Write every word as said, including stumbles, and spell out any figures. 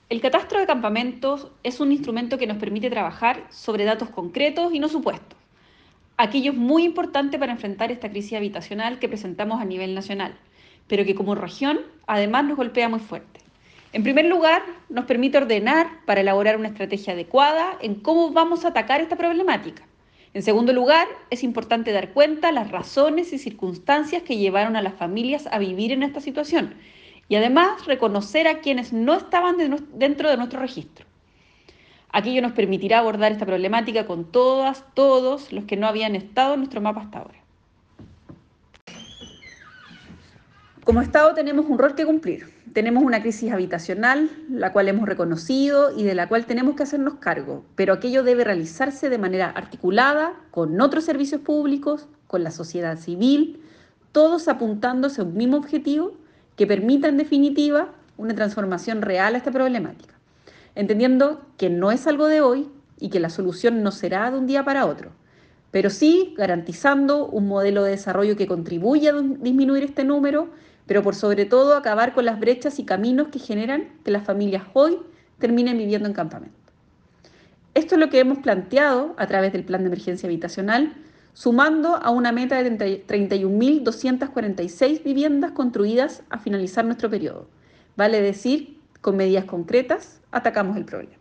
El catastro de campamentos es un instrumento que nos permite trabajar sobre datos concretos y no supuestos. Aquello es muy importante para enfrentar esta crisis habitacional que presentamos a nivel nacional, pero que como región además nos golpea muy fuerte. En primer lugar, nos permite ordenar para elaborar una estrategia adecuada en cómo vamos a atacar esta problemática. En segundo lugar, es importante dar cuenta de las razones y circunstancias que llevaron a las familias a vivir en esta situación y además reconocer a quienes no estaban dentro de nuestro registro. Aquello nos permitirá abordar esta problemática con todas, todos los que no habían estado en nuestro mapa hasta ahora. Como Estado tenemos un rol que cumplir. Tenemos una crisis habitacional, la cual hemos reconocido y de la cual tenemos que hacernos cargo, pero aquello debe realizarse de manera articulada con otros servicios públicos, con la sociedad civil, todos apuntándose a un mismo objetivo que permita en definitiva una transformación real a esta problemática, entendiendo que no es algo de hoy y que la solución no será de un día para otro, pero sí garantizando un modelo de desarrollo que contribuya a disminuir este número, pero por sobre todo acabar con las brechas y caminos que generan que las familias hoy terminen viviendo en campamento. Esto es lo que hemos planteado a través del Plan de Emergencia Habitacional, sumando a una meta de treinta y un mil doscientas cuarenta y seis viviendas construidas a finalizar nuestro periodo. Vale decir, con medidas concretas atacamos el problema.